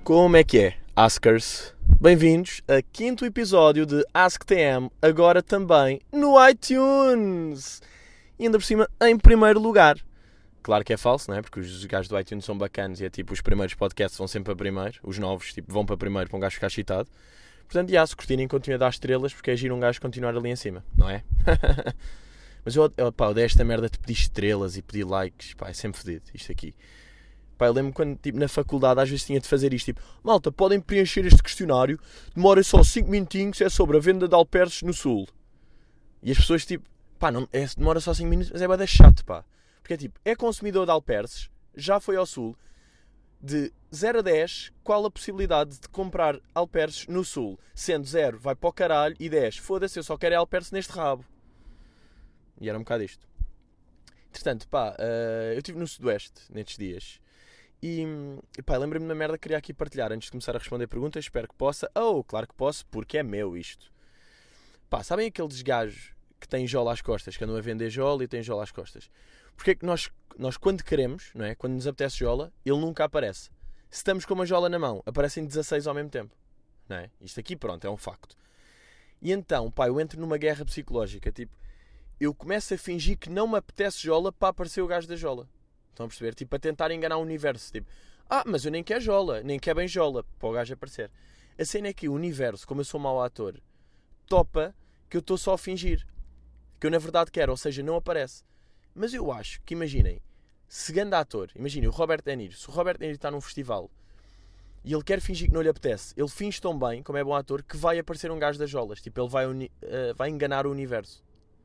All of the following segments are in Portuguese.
Como é que é, Askers? Bem-vindos a quinto episódio de AskTM, agora também no iTunes! E ainda por cima, em primeiro lugar. Claro que é falso, não é? Porque os gajos do iTunes são bacanas e é tipo, os primeiros podcasts vão sempre a primeiro, os novos tipo, vão para primeiro para um gajo ficar excitado. Portanto, se curtirem, continuem a dar estrelas, porque é giro um gajo continuar ali em cima, não é? Mas eu odeio esta merda de pedir estrelas e pedir likes, pá, é sempre fedido, isto aqui. Pá, eu lembro quando, tipo, na faculdade, às vezes tinha de fazer isto, tipo, malta, podem preencher este questionário, demora só 5 minutinhos, é sobre a venda de alperces no Sul. E as pessoas, tipo, pá, não, demora só 5 minutos, mas é bada chato, pá. Porque é tipo, é consumidor de alperces, já foi ao Sul, de 0 a 10, qual a possibilidade de comprar alperces no Sul? Sendo 0, vai para o caralho, e 10, foda-se, eu só quero alperce neste rabo. E era um bocado isto. Entretanto, pá, eu estive no Sudoeste, nestes dias. E pá, lembrei-me de uma merda que queria aqui partilhar antes de começar a responder perguntas. Espero que possa. Claro que posso, porque é meu isto. Pá, sabem aqueles gajos que têm jola às costas, que andam a vender jola e têm jola às costas? Porque é que nós quando queremos, não é? Quando nos apetece jola, ele nunca aparece. Se estamos com uma jola na mão, aparecem 16 ao mesmo tempo. Não é? Isto aqui, pronto, é um facto. E então, pá, eu entro numa guerra psicológica. Tipo, eu começo a fingir que não me apetece jola para aparecer o gajo da jola. Estão a perceber? Tipo, a tentar enganar o universo. Tipo, mas eu nem quero jola, nem quero bem jola, para o gajo aparecer. A cena é que o universo, como eu sou mau ator, topa que eu estou só a fingir. Que eu na verdade quero, ou seja, não aparece. Mas eu acho que, imaginem, se grande ator, imaginem o Robert De Niro, se o Robert De Niro está num festival e ele quer fingir que não lhe apetece, ele finge tão bem, como é bom ator, que vai aparecer um gajo das jolas. Tipo, ele vai enganar o universo.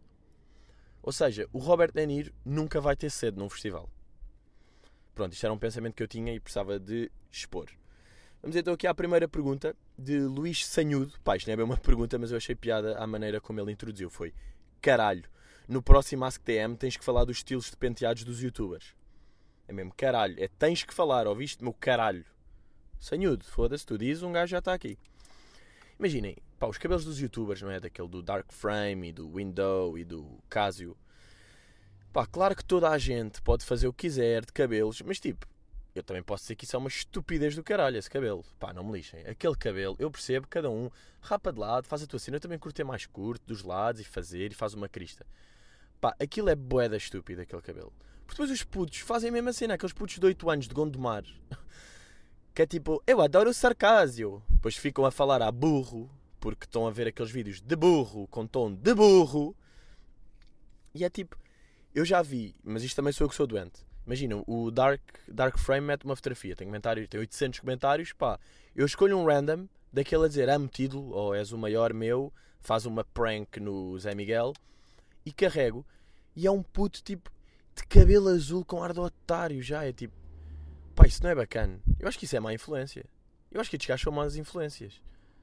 Ou seja, o Robert De Niro nunca vai ter sede num festival. Pronto, isto era um pensamento que eu tinha e precisava de expor. Vamos então aqui à primeira pergunta de Luís Sanhudo. Pá, isto não é bem uma pergunta, mas eu achei piada à maneira como ele introduziu. Foi, caralho, no próximo AskTM tens que falar dos estilos de penteados dos youtubers. É mesmo, caralho, tens que falar, ouviste, meu caralho. Sanhudo, foda-se, tu dizes, um gajo já está aqui. Imaginem, pá, os cabelos dos youtubers, não é? Daquele do Dark Frame e do Window e do Casio. Pá, claro que toda a gente pode fazer o que quiser de cabelos, mas tipo, eu também posso dizer que isso é uma estupidez do caralho, esse cabelo. Pá, não me lixem. Aquele cabelo, eu percebo, cada um rapa de lado, faz a tua cena. Eu também curto mais curto, dos lados e faz uma crista. Pá, aquilo é bué estúpido, aquele cabelo. Porque depois os putos fazem a mesma cena, aqueles putos de 8 anos de Gondomar. Que é tipo, eu adoro o sarcásio. Depois ficam a falar a burro, porque estão a ver aqueles vídeos de burro, com tom de burro. E é tipo, eu já vi, mas isto também sou eu que sou doente. Imagina, o Dark Frame mete uma fotografia, tem 800 comentários, pá. Eu escolho um random, daquele a dizer amo-te ídolo, ou és o maior meu, faz uma prank no Zé Miguel, e carrego, e é um puto tipo de cabelo azul com ar de otário, já é tipo, pá, isso não é bacana. Eu acho que isso é má influência. Eu acho que estes gajos são más influências.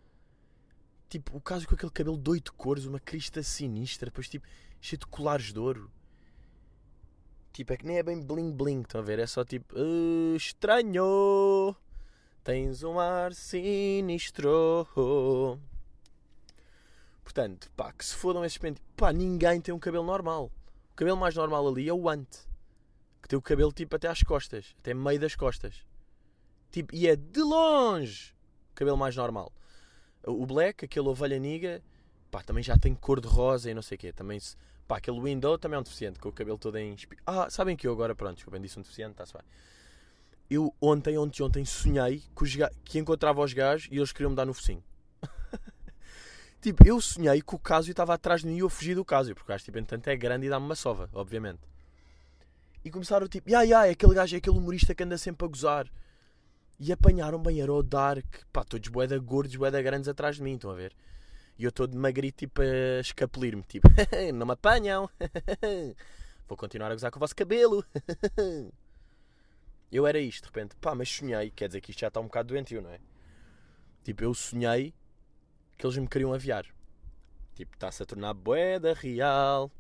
Tipo, o caso com aquele cabelo de 8 cores, uma crista sinistra, depois tipo, cheio de colares de ouro. Tipo, é que nem é bem bling bling, estão a ver? É só tipo, estranho, tens um ar sinistro. Portanto, pá, que se fodam esses penteados. Pá, ninguém tem um cabelo normal. O cabelo mais normal ali é o ante, que tem o cabelo tipo até às costas, até meio das costas. Tipo, e é de longe o cabelo mais normal. O black, aquele ovelha niga, pá, também já tem cor de rosa e não sei o quê. Também se... Pá, aquele Window também é um deficiente, com o cabelo todo em... sabem que eu agora, pronto, desculpem, disse um deficiente, está-se bem. Eu ontem sonhei que encontrava os gajos e eles queriam me dar no focinho. Tipo, eu sonhei que o Casio estava atrás de mim e eu fugi do Casio, porque o gajo, tipo, entanto, é grande e dá-me uma sova, obviamente. E começaram, tipo, aquele gajo é aquele humorista que anda sempre a gozar. E apanharam bem, era o Dark, pá, todos bué gordos, bué grandes atrás de mim, estão a ver? E eu estou de magrito, tipo, a escapulir-me, tipo, não me apanham, vou continuar a gozar com o vosso cabelo. Eu era isto, de repente, pá, mas sonhei, quer dizer que isto já está um bocado doentio, não é? Tipo, eu sonhei que eles me queriam aviar. Tipo, está-se a tornar bué da real.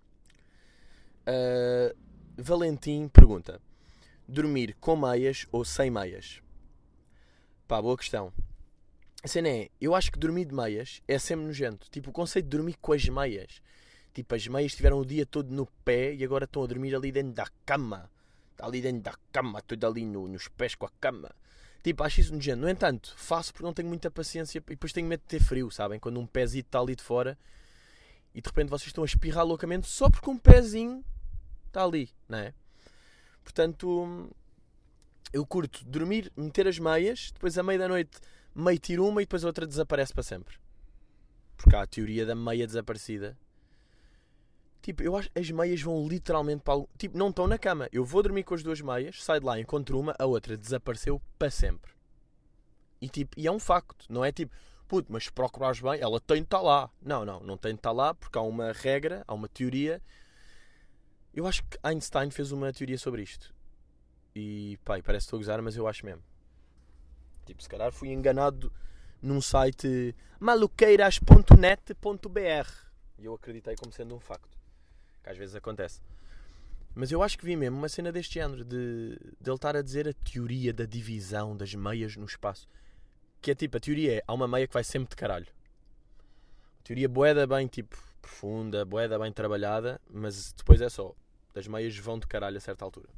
Valentim pergunta, dormir com meias ou sem meias? Pá, boa questão. A cena é, eu acho que dormir de meias é sempre nojento. Tipo, o conceito de dormir com as meias. Tipo, as meias estiveram o dia todo no pé e agora estão a dormir ali dentro da cama. Está ali dentro da cama, tudo ali nos pés com a cama. Tipo, acho isso nojento. No entanto, faço porque não tenho muita paciência e depois tenho medo de ter frio, sabem? Quando um pezito está ali de fora e de repente vocês estão a espirrar loucamente só porque um pezinho está ali, não é? Portanto, eu curto dormir, meter as meias, depois à meia da noite meio tiro uma e depois a outra desaparece para sempre. Porque há a teoria da meia desaparecida. Tipo, eu acho que as meias vão literalmente para... Tipo, não estão na cama. Eu vou dormir com as duas meias, saio de lá, encontro uma, a outra desapareceu para sempre. E tipo, e é um facto. Não é tipo, puto, mas se procurares bem, ela tem de estar lá. Não tem de estar lá porque há uma regra, há uma teoria. Eu acho que Einstein fez uma teoria sobre isto. E pá, parece que estou a gozar, mas eu acho mesmo. Tipo, se calhar fui enganado num site maluqueiras.net.br e eu acreditei como sendo um facto. Que às vezes acontece. Mas eu acho que vi mesmo uma cena deste género de ele estar a dizer a teoria da divisão das meias no espaço. Que é tipo, a teoria é, há uma meia que vai sempre de caralho. A teoria boeda bem tipo profunda, boeda bem trabalhada, mas depois é só, as meias vão de caralho a certa altura.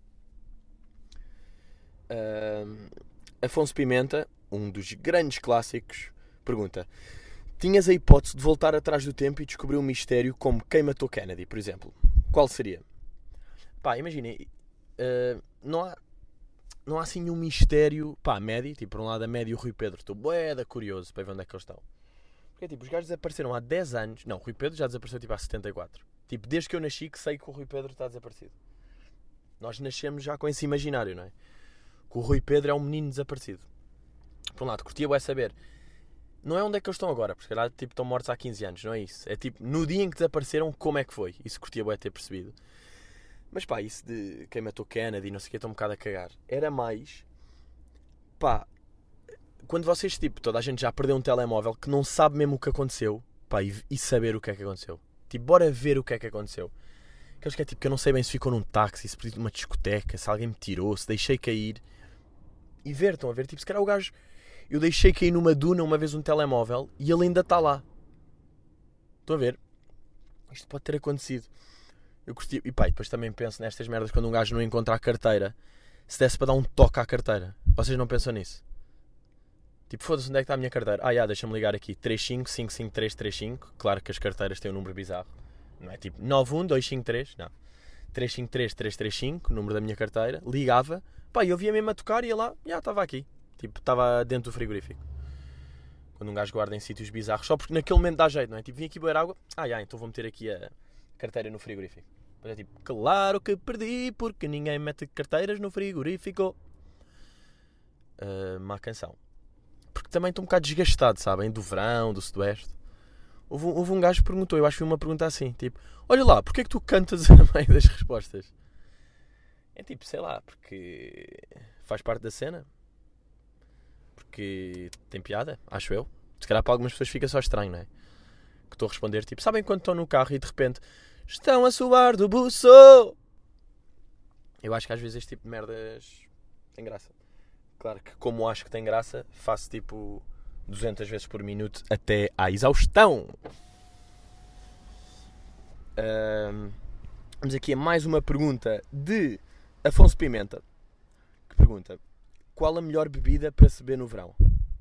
Afonso Pimenta, um dos grandes clássicos, pergunta: tinhas a hipótese de voltar atrás do tempo e descobrir um mistério como quem matou Kennedy, por exemplo? Qual seria? Pá, imaginem, não há assim nenhum mistério, pá, médio, tipo, por um lado a médio e o Rui Pedro, estou bué da curioso para ver onde é que eles estão. Porque tipo, os gajos desapareceram há 10 anos, não, o Rui Pedro já desapareceu tipo há 74. Tipo, desde que eu nasci que sei que o Rui Pedro está desaparecido. Nós nascemos já com esse imaginário, não é? Que o Rui Pedro é um menino desaparecido. Por um lado, curtia bué saber, não é onde é que eles estão agora, porque se calhar tipo, estão mortos há 15 anos, não é isso? É tipo, no dia em que desapareceram, como é que foi? Isso curtia bué ter percebido. Mas pá, isso de quem matou Kennedy e não sei o que, estou um bocado a cagar. Era mais, pá, quando vocês, tipo, toda a gente já perdeu um telemóvel que não sabe mesmo o que aconteceu, pá, e saber o que é que aconteceu. Tipo, bora ver o que é que aconteceu. Aqueles que é tipo, que eu não sei bem se ficou num táxi, se perdi numa discoteca, se alguém me tirou, se deixei cair. E ver, estão a ver, tipo, se calhar o gajo, eu deixei cair numa duna uma vez um telemóvel e ele ainda está lá. Estão a ver? Isto pode ter acontecido. Eu curti, e pá, depois também penso nestas merdas quando um gajo não encontra a carteira, se desse para dar um toque à carteira. Vocês não pensam nisso? Tipo, foda-se, onde é que está a minha carteira? Deixa-me ligar aqui, 35553535. Claro que as carteiras têm um número bizarro. Não é tipo 91253, não. 353335, número da minha carteira. Ligava, pá, eu via mesmo a tocar e ia lá, estava aqui. Tipo, estava dentro do frigorífico. Quando um gajo guarda em sítios bizarros, só porque naquele momento dá jeito, não é? Tipo, vim aqui beber água, então vou meter aqui a carteira no frigorífico. Mas é tipo, claro que perdi, porque ninguém mete carteiras no frigorífico. Má canção. Porque também estou um bocado desgastado, sabem? Do verão, do sudoeste. Houve um gajo que perguntou, eu acho que foi uma pergunta assim, tipo, olha lá, porquê é que tu cantas a meio das respostas? É tipo, sei lá, porque faz parte da cena. Porque tem piada, acho eu. Se calhar para algumas pessoas fica só estranho, não é? Que estou a responder, tipo, sabem quando estão no carro e de repente estão a suar do buço? Eu acho que às vezes este tipo de merdas tem graça. Claro que como acho que tem graça, faço tipo 200 vezes por minuto até à exaustão. Vamos aqui a mais uma pergunta de Afonso Pimenta, que pergunta: qual a melhor bebida para se beber no verão?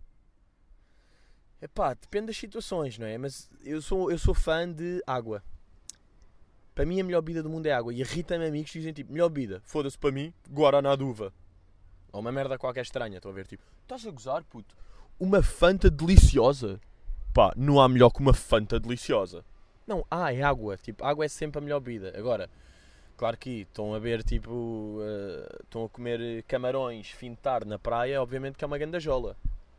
Epá, depende das situações, não é? Mas eu sou fã de água. Para mim a melhor bebida do mundo é água. E irrita-me amigos que dizem tipo, melhor bebida, foda-se para mim, guaraná de uva. Ou uma merda qualquer estranha, estão a ver, tipo, estás a gozar, puto? Uma Fanta deliciosa? Pá, não há melhor que uma Fanta deliciosa. Não, é água. Tipo, água é sempre a melhor bebida. Agora, claro que estão a ver, tipo, estão a comer camarões fim de tarde na praia, obviamente que é uma gandajola.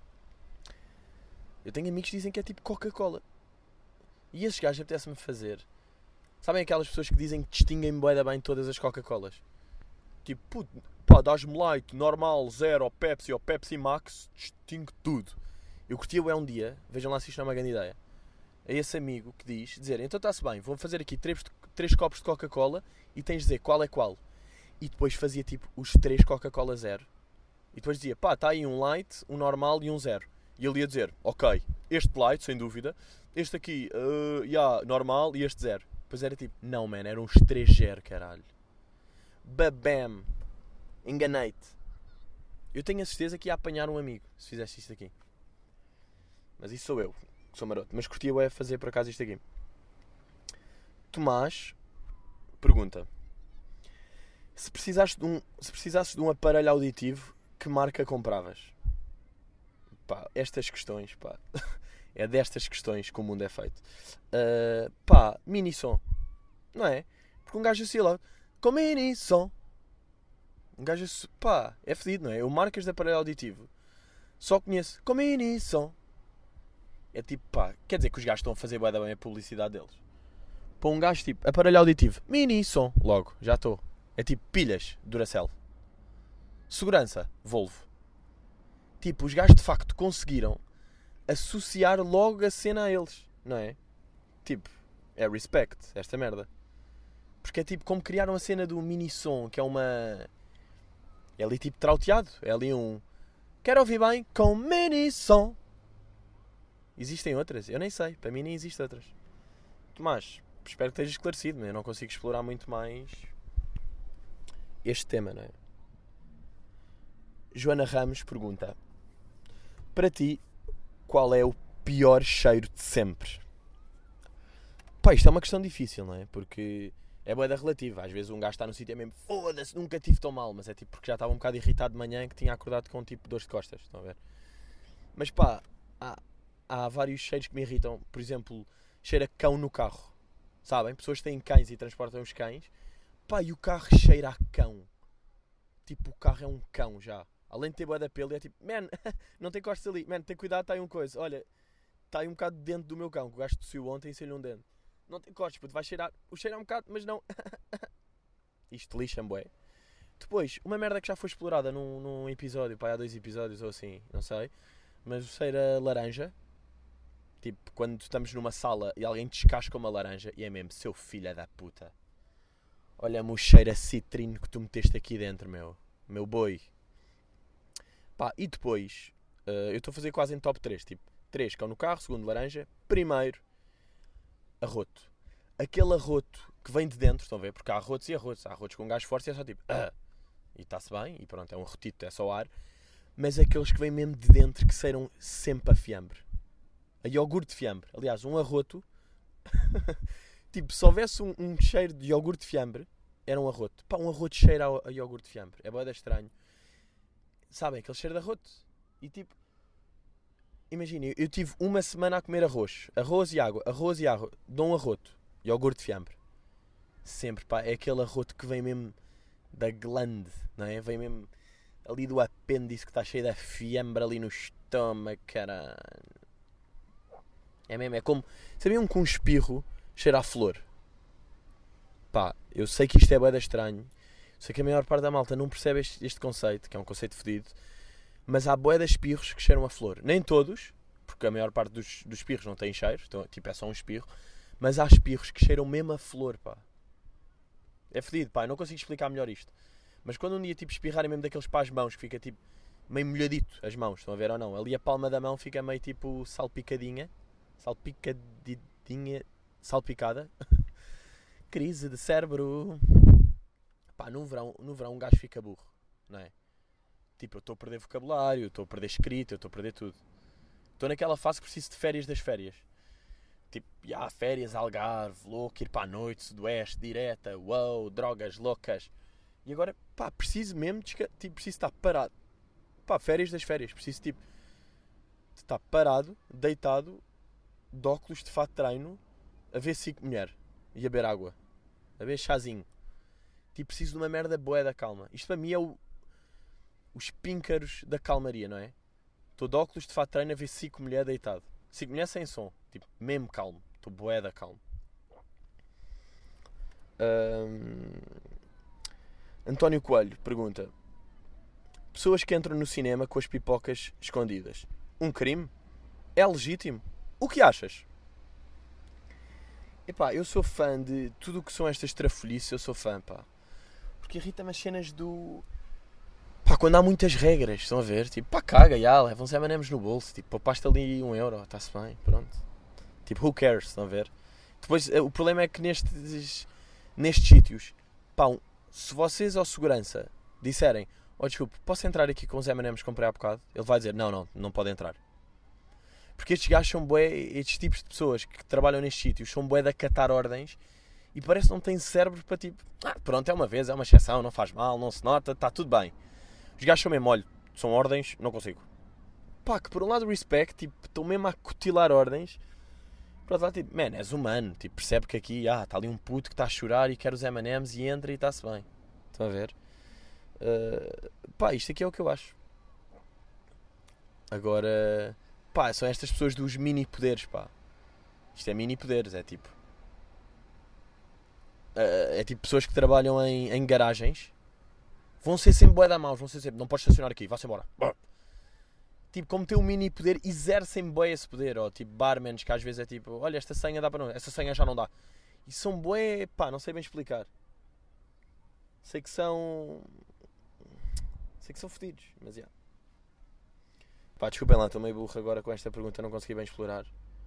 Eu tenho amigos que dizem que é tipo Coca-Cola. E esses gajos apetece-me fazer. Sabem aquelas pessoas que dizem que distinguem bué bem todas as Coca-Colas? Tipo, puto, pá, dás-me light, normal, zero, ou Pepsi Max, distingue tudo. Eu curtia um dia, vejam lá se isto não é uma grande ideia, a esse amigo que dizer, então está-se bem, vou fazer aqui 3 copos de Coca-Cola e tens de dizer qual é qual. E depois fazia tipo os 3 Coca-Cola zero. E depois dizia, pá, está aí um light, um normal e um zero. E ele ia dizer, ok, este light, sem dúvida, este aqui, normal e este zero. Depois era tipo, não, man, eram os 3 zero, caralho. Babam. Enganei-te. Eu tenho a certeza que ia apanhar um amigo se fizesse isto aqui. Mas isso sou eu, que sou maroto. Mas curtia eu fazer por acaso isto aqui. Tomás pergunta: se precisasses de um aparelho auditivo, que marca compravas? Pá, estas questões, pá. É destas questões que o mundo é feito. Pá, mini som. Não é? Porque um gajo assim lá, com mini som. Um gajo assim, pá, é fedido, não é? Eu marcas de aparelho auditivo. Só conheço com mini som. É tipo, pá, quer dizer que os gajos estão a fazer bué da bem a publicidade deles. Para um gajo tipo, aparelho auditivo, mini som, logo, já estou. É tipo pilhas, Duracell. Segurança, Volvo. Tipo, os gajos de facto conseguiram associar logo a cena a eles, não é? Tipo, é respect, esta merda. Porque é tipo como criaram a cena do mini som, que é uma... É ali tipo trauteado, é ali um... Quero ouvir bem com mini som. Existem outras? Eu nem sei, para mim nem existem outras. Tomás, espero que esteja esclarecido, mas eu não consigo explorar muito mais este tema, não é? Joana Ramos pergunta: para ti, qual é o pior cheiro de sempre? Pá, isto é uma questão difícil, não é? Porque é bué da relativa. Às vezes um gajo está no sítio e é mesmo, foda-se, nunca tive tão mal. Mas é tipo porque já estava um bocado irritado de manhã, que tinha acordado com tipo dores de costas. Estão a ver? Mas pá, há vários cheiros que me irritam. Por exemplo, cheira cão no carro. Sabem? Pessoas que têm cães e transportam os cães. Pá, e o carro cheira a cão. Tipo, o carro é um cão já. Além de ter bué da pelo, é tipo, man, não tem costas ali. Man, tem cuidado, está aí uma coisa. Olha, está aí um bocado de dente do meu cão, que o gajo tossiu ontem e saiu-lhe um dente. Não tem costas, puto, vai cheirar. O cheiro é um bocado, mas não. Isto lixa-me, bué. Depois, uma merda que já foi explorada num episódio, pá, há 2 episódios ou assim, não sei. Mas o cheiro a laranja. Tipo, quando estamos numa sala e alguém descasca uma laranja e é mesmo, seu filho da puta. Olha-me o cheiro a citrino que tu meteste aqui dentro, meu boi. Pá, e depois, eu estou a fazer quase em top 3. Tipo, 3 cão no carro, segundo laranja, primeiro, arroto. Aquele arroto que vem de dentro, estão a ver? Porque há arrotos e arrotos. Há arrotos com gás forte e é só tipo, e está-se bem, e pronto, é um arrotito, é só ar. Mas aqueles que vêm mesmo de dentro, que saíram sempre a fiambre. A iogurte de fiambre. Aliás, um arroto, tipo, se houvesse um cheiro de iogurte de fiambre, era um arroto. Pá, um arroto cheira a iogurte de fiambre. É bué da estranho. Sabem, aquele cheiro de arroto. E tipo, imaginem, eu tive uma semana a comer arroz e água, dou um arroto, iogurte de fiambre. Sempre, pá, é aquele arroto que vem mesmo da glande, não é? Vem mesmo ali do apêndice que está cheio de fiambre ali no estômago, caralho. É mesmo, é como, sabiam que um espirro cheira a flor? Pá, eu sei que isto é bué da estranho. Sei que a maior parte da malta não percebe este conceito, que é um conceito fedido. Mas há bué de espirros que cheiram a flor. Nem todos, porque a maior parte dos espirros não tem cheiro. Então, tipo, é só um espirro. Mas há espirros que cheiram mesmo a flor, pá. É fedido, pá. Eu não consigo explicar melhor isto. Mas quando um dia, tipo, espirrarem mesmo daqueles para as mãos, que fica, tipo, meio molhadito as mãos. Estão a ver ou não? Ali a palma da mão fica meio, tipo, salpicadinha. Salpicada. Crise de cérebro. Pá, no verão um gajo fica burro, não é? Tipo, eu estou a perder vocabulário, eu estou a perder escrita, eu estou a perder tudo. Estou naquela fase que preciso de férias das férias. Tipo, férias, Algarve, louco, ir para a noite, sudoeste, direta, uau, drogas, loucas. E agora, pá, preciso mesmo, tipo, preciso estar parado. Pá, férias das férias, preciso, tipo, de estar parado, deitado, de óculos de fato de treino, a ver 5 mulheres e a beber água, a beber chazinho. Tipo, preciso de uma merda bué da calma. Isto para mim é os píncaros da calmaria, não é? Estou de óculos de fato de treino a ver 5 mulheres deitado. 5 mulheres sem som. Tipo, mesmo calmo. Estou bué da calmo. António Coelho pergunta: pessoas que entram no cinema com as pipocas escondidas. Um crime? É legítimo? O que achas? Epá, eu sou fã de tudo o que são estas trafolhices. Eu sou fã, pá. Porque irrita-me as cenas do... Pá, quando há muitas regras, estão a ver? Tipo, pá, caga, levam-se M&M's no bolso. Tipo, poupaste ali €1, está-se bem, pronto. Tipo, who cares, estão a ver? Depois, o problema é que nestes sítios, pá, se vocês ao segurança disserem, Oh, desculpe, posso entrar aqui com os M&M's que comprei há bocado? Ele vai dizer, não pode entrar. Porque estes gajos são bué, estes tipos de pessoas que trabalham nestes sítios, são bué de acatar ordens e parece que não têm cérebro para tipo, pronto, é uma vez, é uma exceção, não faz mal, não se nota, está tudo bem. Os gajos são mesmo, olha, são ordens, não consigo. Pá, que por um lado respect, tipo, estão mesmo a cutilar ordens. Por outro lado, tipo, man, és humano, tipo, percebe que aqui, está ali um puto que está a chorar e quer os M&M's e entra e está-se bem. Estão a ver? Pá, isto aqui é o que eu acho. Agora, pá, são estas pessoas dos mini poderes, pá. Isto é mini poderes, é tipo pessoas que trabalham em garagens. Vão ser sempre bué da maus, vão ser sempre, não podes estacionar aqui, vá-se embora. Tipo, como tem um mini poder, exercem bué esse poder. Ou tipo, barmans que às vezes é tipo, olha, esta senha dá para não, esta senha já não dá. E são bué, pá, não sei bem explicar. Sei que são fodidos, mas já. Pá, desculpem lá, estou meio burro agora com esta pergunta, não consegui bem explorar.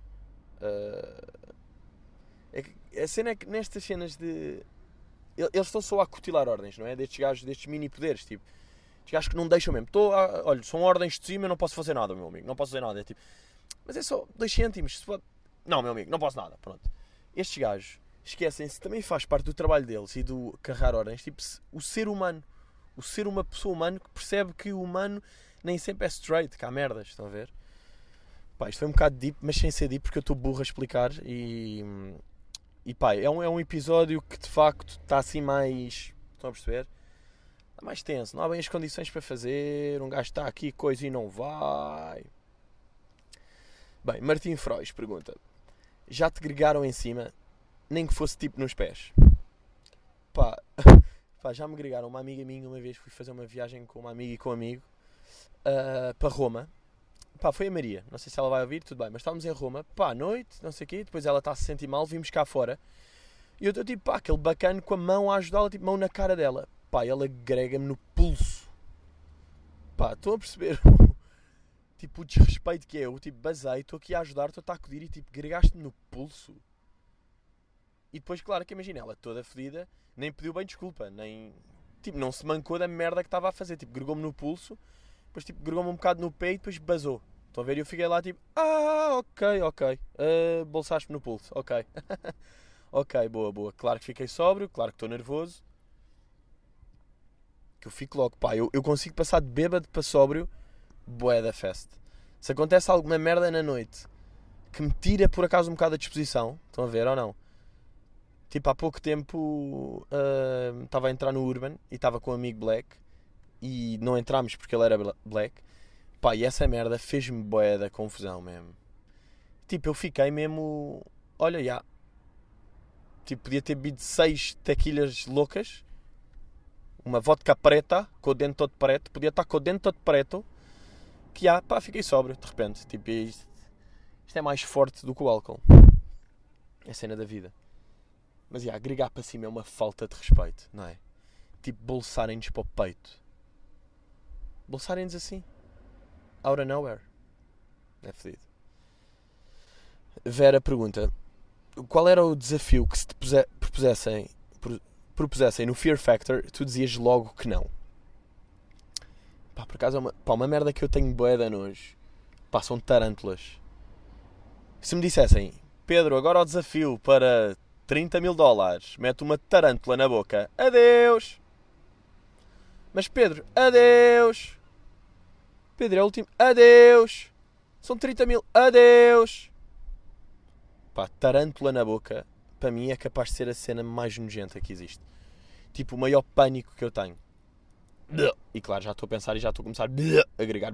A cena é que nestas cenas de... Eles estão só a cutilar ordens, não é? Destes gajos, destes mini poderes, tipo... Estes gajos que não deixam mesmo. Olha, são ordens de cima, eu não posso fazer nada, meu amigo. Não posso fazer nada. É tipo... Mas é só 2 cêntimos. Não, meu amigo, não posso nada. Pronto. Estes gajos esquecem-se, também faz parte do trabalho deles e do carregar ordens. Tipo, o ser humano. O ser uma pessoa humana que percebe que o humano nem sempre é straight, que há merdas, estão a ver? Pá, isto foi um bocado deep, mas sem ser deep porque eu estou burro a explicar e pá, é um episódio que de facto está assim mais... Estão a perceber? Está mais tenso, não há bem as condições para fazer, um gajo está aqui, coisa e não vai. Bem, Martim Frois pergunta: já te gregaram em cima, nem que fosse tipo nos pés? Pá, já me gregaram. Uma amiga minha, uma vez fui fazer uma viagem com uma amiga e com um amigo para Roma. Pá, foi a Maria, não sei se ela vai ouvir, tudo bem, mas estávamos em Roma, pá, à noite, não sei o quê, depois ela está a se sentir mal, vimos cá fora, e eu estou tipo, pá, aquele bacana com a mão a ajudá-la, tipo, mão na cara dela, pá, ela grega-me no pulso, pá, estão a perceber, tipo, o desrespeito que é, eu, tipo, basei, estou aqui a ajudar, estou a acudir e, tipo, gregaste-me no pulso, e depois, claro, que imagina, ela toda fedida, nem pediu bem desculpa, nem, tipo, não se mancou da merda que estava a fazer, tipo, gregou-me no pulso, depois tipo gregou-me um bocado no pé e depois basou. Estão a ver? E eu fiquei lá tipo, ok. Bolsaste-me no pulso, ok. Ok, boa. Claro que fiquei sóbrio, claro que estou nervoso. Que eu fico logo, pá, eu consigo passar de bêbado para sóbrio, bué da festa. Se acontece alguma merda na noite que me tira por acaso um bocado a disposição, estão a ver ou não? Tipo, há pouco tempo estava a entrar no Urban e estava com um amigo Black. E não entramos porque ele era black. Pá, e essa merda fez-me bué da confusão mesmo. Tipo, eu fiquei mesmo... Olha, já. Tipo, podia ter bebido 6 tequilas loucas. Uma vodka preta, com o dente todo preto. Podia estar com o dente todo preto. Que já, pá, fiquei sóbrio, de repente. Tipo, isto é mais forte do que o álcool. É a cena da vida. Mas, já, agregar para cima é uma falta de respeito, não é? Tipo, bolsarem-nos para o peito. Bolsarem-nos assim. Out of nowhere. É fedido. Vera pergunta: qual era o desafio que se te propusessem no Fear Factor, tu dizias logo que não? Pá, por acaso é uma merda que eu tenho bué de nojo. Pá, são tarântulas. Se me dissessem: Pedro, agora o desafio para $30.000, mete uma tarântula na boca, adeus. Mas Pedro, adeus. Pedro é o último, adeus. São 30 mil, adeus. Pá, tarântula na boca, para mim é capaz de ser a cena mais nojenta que existe. Tipo, o maior pânico que eu tenho. E claro, já estou a pensar e já estou a começar a agregar.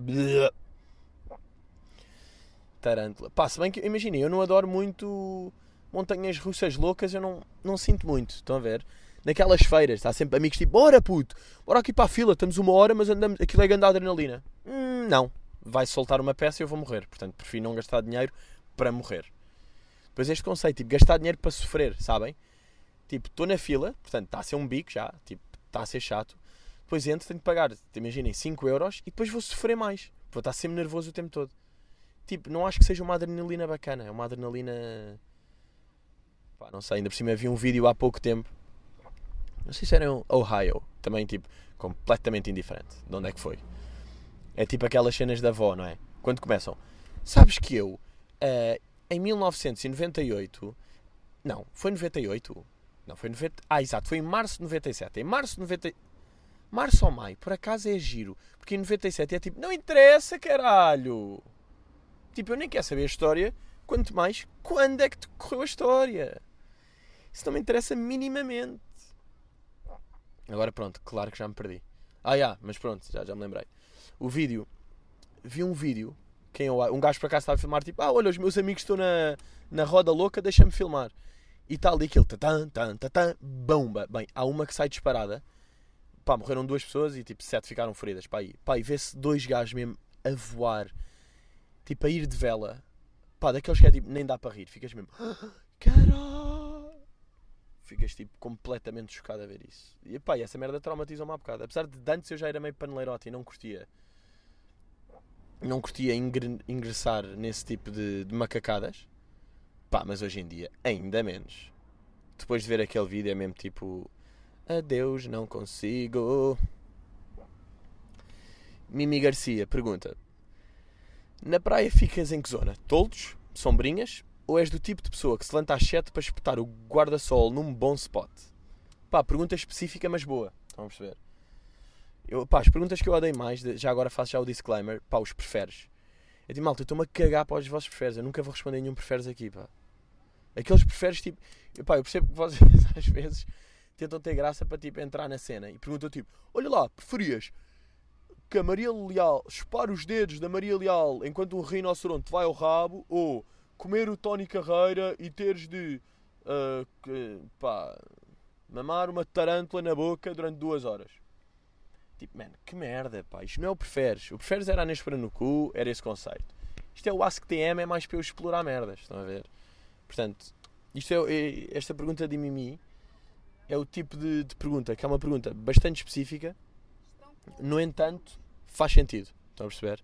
Tarântula. Pá, se bem que, imaginem, eu não adoro muito montanhas russas loucas, eu não sinto muito, estão a ver? Naquelas feiras, está sempre amigos tipo, bora puto, bora aqui para a fila, estamos 1 hora, mas andamos, aquilo é grande adrenalina. Não, vai soltar uma peça e eu vou morrer, portanto prefiro não gastar dinheiro para morrer. Depois este conceito, tipo, gastar dinheiro para sofrer, sabem? Tipo, estou na fila, portanto está a ser um bico já, tipo, está a ser chato, depois entro, tenho que pagar, imaginem, 5€ e depois vou sofrer mais, vou estar sempre nervoso o tempo todo. Tipo, não acho que seja uma adrenalina bacana, é uma adrenalina... Pá, não sei, ainda por cima havia um vídeo há pouco tempo, não sei se era em Ohio, também, tipo, completamente indiferente de onde é que foi. É tipo aquelas cenas da avó, não é? Quando começam, sabes que eu, em 1998, não, foi 98? Não, foi 90, exato, foi em março de 97. Em março de 90, março ou maio, por acaso é giro, porque em 97 é tipo, não interessa, caralho. Tipo, eu nem quero saber a história, quanto mais, quando é que decorreu a história. Isso não me interessa minimamente. Agora pronto, claro que já me perdi. Mas pronto, já me lembrei. O vídeo, vi um vídeo, um gajo por acaso estava a filmar, tipo, olha, os meus amigos estão na roda louca, deixa-me filmar. E está ali aquilo, bomba. Bem, há uma que sai disparada. Pá, morreram 2 pessoas e tipo 7 ficaram feridas. Pá, e vê-se 2 gajos mesmo a voar. Tipo, a ir de vela. Pá, daqueles que é tipo, nem dá para rir. Ficas mesmo, caralho. Ficas tipo completamente chocado a ver isso. E pá, essa merda traumatizou-me há bocado. Apesar de antes eu já era meio paneleirota e não curtia ingressar nesse tipo de macacadas. Pá, mas hoje em dia ainda menos. Depois de ver aquele vídeo é mesmo tipo, adeus, não consigo. Mimi Garcia pergunta, na praia ficas em que zona? Toldos? Sombrinhas? Ou és do tipo de pessoa que se levanta às 7 para espetar o guarda-sol num bom spot? Pá, pergunta específica mas boa. Estão a perceber? As perguntas que eu odeio mais, já agora faço já o disclaimer, pá, os preferes. Eu digo, malta, eu estou-me a cagar para os vossos preferes. Eu nunca vou responder nenhum preferes aqui, pá. Aqueles preferes, tipo... eu percebo que vocês, às vezes, tentam ter graça para, tipo, entrar na cena. E perguntam, tipo... olha lá, preferias que a Maria Leal chupar os dedos da Maria Leal enquanto um rinoceronte vai ao rabo, ou comer o Tony Carreira e teres de... mamar uma tarântula na boca durante 2 horas? Tipo, mano, que merda, pá. Isto não é o preferes. O preferes era a Nespera no cu, era esse conceito. Isto é o AskTM, é mais para eu explorar merdas. Estão a ver? Portanto, esta pergunta de Mimi é o tipo de pergunta que é uma pergunta bastante específica. No entanto, faz sentido. Estão a perceber?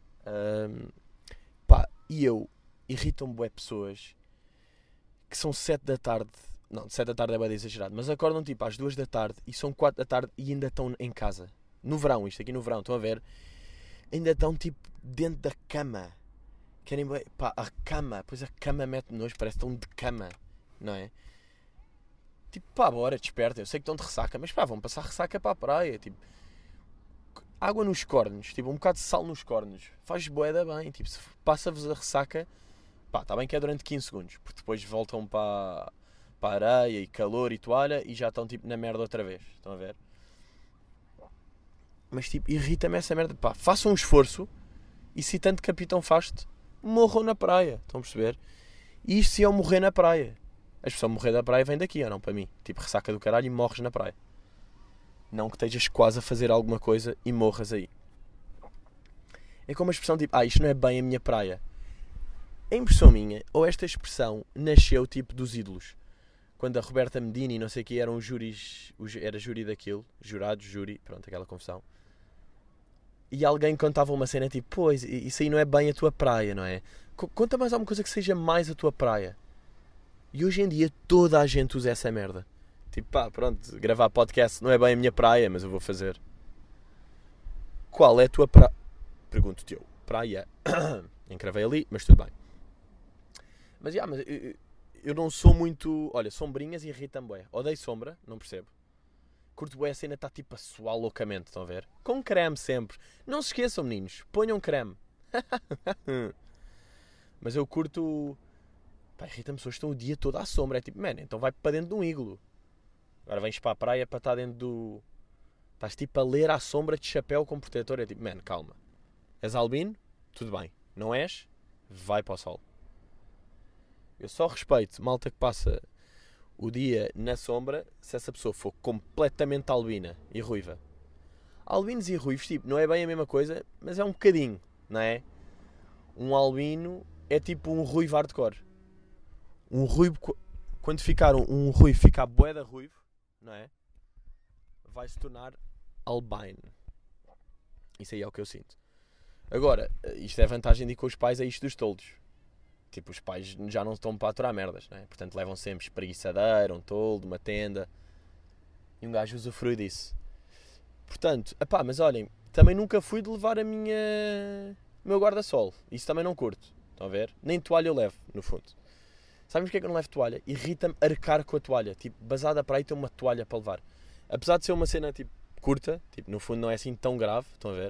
E irritam-me bué pessoas que são 7 da tarde. Não, 7 da tarde é bem exagerado, mas acordam tipo às 2 da tarde e são 4 da tarde e ainda estão em casa. No verão, isto aqui no verão, estão a ver? Ainda estão tipo dentro da cama. Querem, pá, a cama. Pois a cama mete nojo, parece que estão de cama, não é? Tipo, pá, bora, desperta. Eu sei que estão de ressaca, mas pá, vão passar ressaca para a praia. Tipo, água nos cornos, tipo, um bocado de sal nos cornos. Faz boeda bem, tipo, se passa-vos a ressaca, pá, está bem que é durante 15 segundos, porque depois voltam para a areia e calor e toalha e já estão tipo na merda outra vez. Estão a ver? Mas tipo, irrita-me essa merda. Pá, façam um esforço e se tanto capitão faz-te, morram na praia. Estão a perceber? E isto se é o morrer na praia. A expressão morrer da praia vem daqui, ou não? Para mim. Tipo, ressaca do caralho e morres na praia. Não que estejas quase a fazer alguma coisa e morras aí. É como a expressão tipo, isto não é bem a minha praia. A impressão minha, ou esta expressão nasceu tipo dos ídolos. Quando a Roberta Medina e não sei o que eram os júris, era júri daquilo, jurados, júri, pronto, aquela confusão. E alguém contava uma cena tipo, pois, isso aí não é bem a tua praia, não é? Conta mais alguma coisa que seja mais a tua praia. E hoje em dia toda a gente usa essa merda. Tipo, pá, pronto, gravar podcast não é bem a minha praia, mas eu vou fazer. Qual é a tua praia? Pergunto-te eu. Praia. Encravei ali, mas tudo bem. Mas eu não sou muito... Olha, sombrinhas irritam-me bué. Odeio sombra, não percebo. Curto bué, a cena está tipo a suar loucamente, estão a ver? Com creme sempre. Não se esqueçam, meninos, ponham creme. Mas eu curto... Pá, irrita-me pessoas que estão o dia todo à sombra. É tipo, mano, então vai para dentro de um iglo. Agora vens para a praia para estar dentro do... Estás tipo a ler à sombra de chapéu com protetor. É tipo, mano, calma. És albino? Tudo bem. Não és? Vai para o sol. Eu só respeito malta que passa o dia na sombra se essa pessoa for completamente albina e ruiva. Albinos e ruivos, tipo, não é bem a mesma coisa, mas é um bocadinho, não é? Um albino é tipo um ruivo hardcore. Um ruivo, quando ficar um ruivo ficar bué da ruivo, não é? Vai se tornar albino. Isso aí é o que eu sinto. Agora, isto é vantagem de ir com os pais a isto dos toldos. Tipo, os pais já não estão para aturar merdas, não é? Portanto, levam sempre espreguiçadeira, um toldo, uma tenda. E um gajo usufrui disso. Portanto, epá, mas olhem, também nunca fui de levar o meu guarda-sol. Isso também não curto. Estão a ver? Nem toalha eu levo, no fundo. Sabem porque é que eu não levo toalha? Irrita-me arcar com a toalha. Tipo, basada para aí ter uma toalha para levar. Apesar de ser uma cena, tipo, curta. Tipo, no fundo não é assim tão grave. Estão a ver?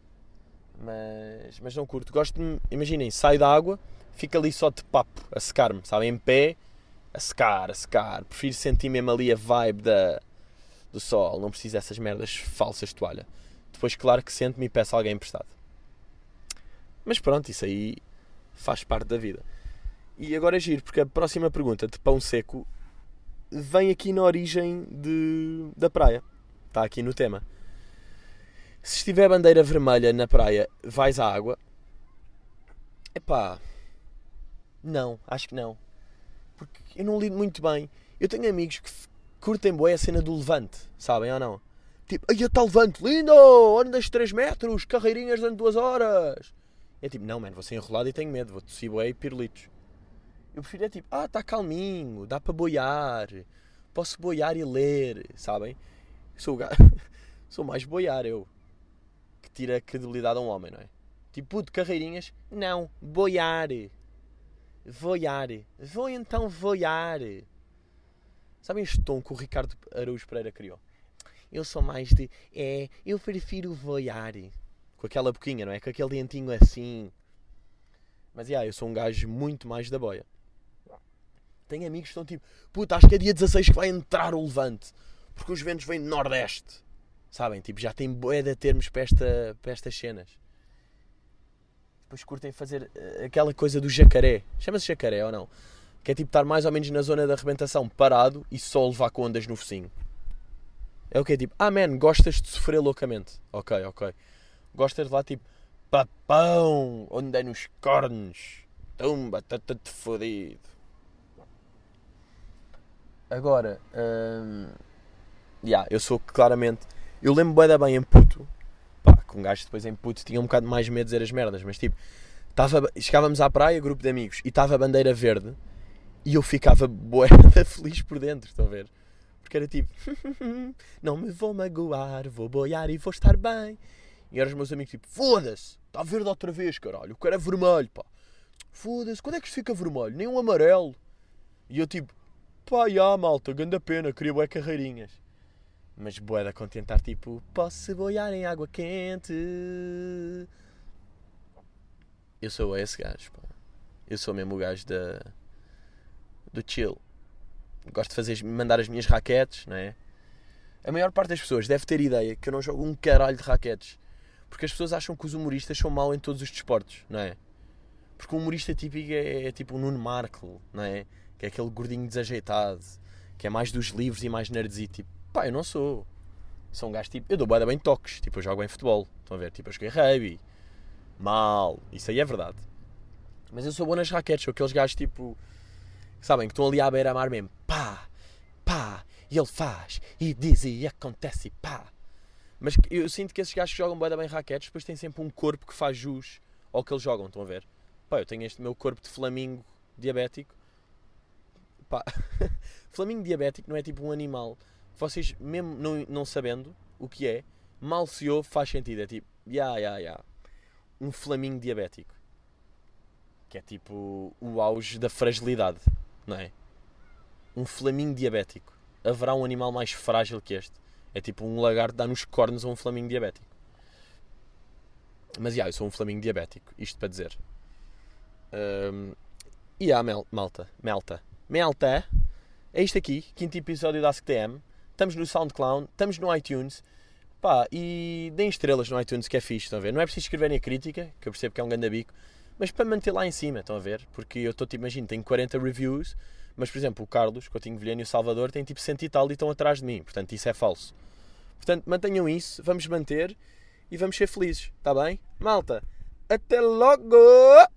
Mas não curto. Gosto de... Imaginem, saio da água, fico ali só de papo, a secar-me. Sabem? Em pé, a secar. Prefiro sentir mesmo ali a vibe do sol. Não preciso dessas merdas falsas de toalha. Depois, claro que sento-me e peço a alguém emprestado. Mas pronto, isso aí faz parte da vida. E agora é giro, porque a próxima pergunta de pão seco vem aqui na origem da praia. Está aqui no tema. Se estiver bandeira vermelha na praia, vais à água? Epá, não, acho que não. Porque eu não lido muito bem. Eu tenho amigos que curtem bué a cena do levante, sabem ou não? Tipo, ai, está levante, lindo, andas 3 metros, carreirinhas durante 2 horas. É tipo, não, mano, vou ser enrolado e tenho medo, vou tossir bué e pirulitos. Eu prefiro é tipo, está calminho, dá para boiar, posso boiar e ler, sabem? Sou o gajo, sou mais boiar eu, que tira a credibilidade a um homem, não é? Tipo, puto, carreirinhas, não, boiar, vou então voar. Sabem este tom que o Ricardo Araújo Pereira criou? Eu sou mais de, eu prefiro voar, com aquela boquinha, não é? Com aquele dentinho assim. Mas, eu sou um gajo muito mais da boia. Tenho amigos que estão tipo, puta, acho que é dia 16 que vai entrar o levante, porque os ventos vêm do Nordeste. Sabem? Tipo, já tem bué de termos para estas cenas. Depois curtem fazer aquela coisa do jacaré. Chama-se jacaré ou não? Que é tipo estar mais ou menos na zona da arrebentação, parado e só levar com ondas no focinho. É o que é tipo, man, gostas de sofrer loucamente. Ok. Gostas de lá tipo, papão, onde é nos cornos. Tumba, tá-te fodido. Agora, eu sou claramente... Eu lembro bué da bem em puto. Pá, que um gajo depois em puto tinha um bocado mais medo de dizer as merdas. Mas tipo, chegávamos à praia, grupo de amigos, e estava a bandeira verde. E eu ficava bué da feliz por dentro, estão a ver? Porque era tipo, não me vou magoar, vou boiar e vou estar bem. E eram os meus amigos tipo, foda-se, está verde outra vez, caralho, eu quero é vermelho, pá. Foda-se, quando é que isto fica vermelho? Nem um amarelo. E eu tipo, pá, malta, grande pena, queria bué carreirinhas. Mas bué da contentar, tipo, posso boiar em água quente. Eu sou esse gajo, pá. Eu sou mesmo o gajo do chill. Gosto de mandar as minhas raquetes, não é? A maior parte das pessoas deve ter ideia que eu não jogo um caralho de raquetes. Porque as pessoas acham que os humoristas são maus em todos os desportos, não é? Porque o humorista típico é tipo o Nuno Marco, não é? Que é aquele gordinho desajeitado, que é mais dos livros e mais nerdzito. Tipo, pá, eu não sou. Sou um gajo tipo, eu dou bué bem toques, tipo, eu jogo bem futebol. Estão a ver? Tipo, eu joguei rugby. Mal. Isso aí é verdade. Mas eu sou bom nas raquetes, sou aqueles gajos tipo... Sabem, que estão ali à beira-mar mesmo. Pá, e ele faz, e diz, e acontece, pá. Mas eu sinto que esses gajos que jogam bem raquetes depois têm sempre um corpo que faz jus ao que eles jogam, estão a ver? Pá, eu tenho este meu corpo de flamingo diabético. Pá, flamingo diabético não é tipo um animal. Vocês, mesmo não sabendo o que é, mal se ouve, faz sentido. É tipo, um flamingo diabético. Que é tipo o auge da fragilidade, não é? Um flamingo diabético. Haverá um animal mais frágil que este? É tipo um lagarto dar nos cornos a um flamingo diabético. Mas eu sou um flamingo diabético. Isto para dizer. Malta. É isto aqui. 5º episódio da AskTM. Estamos no SoundCloud. Estamos no iTunes. Pá, e deem estrelas no iTunes, que é fixe, estão a ver? Não é preciso escreverem a crítica, que eu percebo que é um ganda bico. Mas para manter lá em cima, estão a ver? Porque eu estou, imagino, tenho 40 reviews, mas, por exemplo, o Carlos, Coutinho Vilhena e o Salvador têm tipo 100 e tal e estão atrás de mim. Portanto, isso é falso. Portanto, mantenham isso, vamos manter e vamos ser felizes, está bem? Malta, até logo!